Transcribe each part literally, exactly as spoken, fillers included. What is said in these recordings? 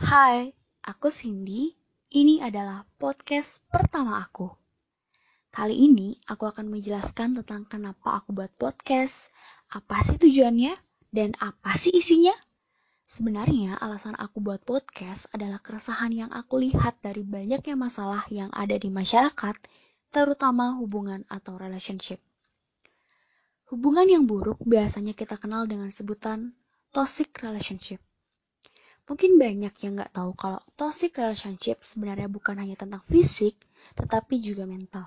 Hai, aku Cindy. Ini adalah podcast pertama aku. Kali ini aku akan menjelaskan tentang kenapa aku buat podcast, apa sih tujuannya, dan apa sih isinya. Sebenarnya alasan aku buat podcast adalah keresahan yang aku lihat dari banyaknya masalah yang ada di masyarakat, terutama hubungan atau relationship. Hubungan yang buruk biasanya kita kenal dengan sebutan toxic relationship. Mungkin banyak yang nggak tahu kalau toxic relationship sebenarnya bukan hanya tentang fisik, tetapi juga mental.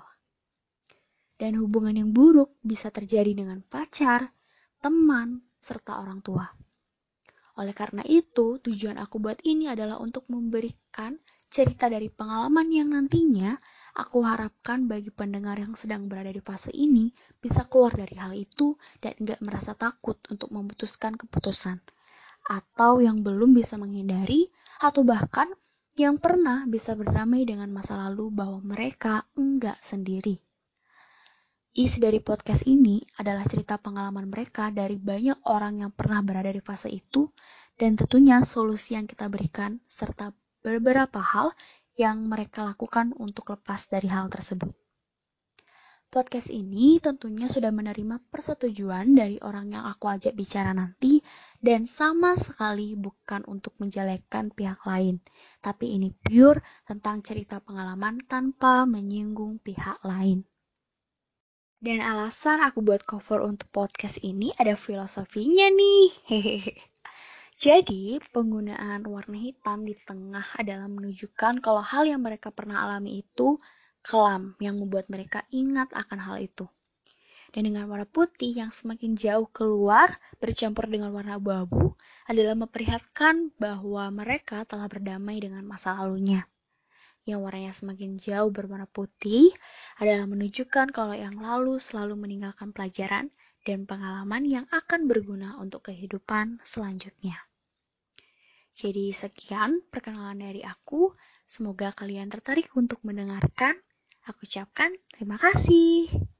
Dan hubungan yang buruk bisa terjadi dengan pacar, teman, serta orang tua. Oleh karena itu, tujuan aku buat ini adalah untuk memberikan cerita dari pengalaman yang nantinya aku harapkan bagi pendengar yang sedang berada di fase ini bisa keluar dari hal itu dan nggak merasa takut untuk memutuskan keputusan. Atau yang belum bisa menghindari, atau bahkan yang pernah bisa berdamai dengan masa lalu bahwa mereka enggak sendiri. Isi dari podcast ini adalah cerita pengalaman mereka dari banyak orang yang pernah berada di fase itu, dan tentunya solusi yang kita berikan, serta beberapa hal yang mereka lakukan untuk lepas dari hal tersebut. Podcast ini tentunya sudah menerima persetujuan dari orang yang aku ajak bicara nanti dan sama sekali bukan untuk menjelekkan pihak lain. Tapi ini pure tentang cerita pengalaman tanpa menyinggung pihak lain. Dan alasan aku buat cover untuk podcast ini ada filosofinya nih. Hehehe. Jadi, penggunaan warna hitam di tengah adalah menunjukkan kalau hal yang mereka pernah alami itu kelam yang membuat mereka ingat akan hal itu. Dan dengan warna putih yang semakin jauh keluar bercampur dengan warna abu-abu adalah memperlihatkan bahwa mereka telah berdamai dengan masa lalunya. Yang warnanya semakin jauh berwarna putih adalah menunjukkan kalau yang lalu selalu meninggalkan pelajaran dan pengalaman yang akan berguna untuk kehidupan selanjutnya. Jadi sekian perkenalan dari aku. Semoga kalian tertarik untuk mendengarkan. Aku ucapkan terima kasih.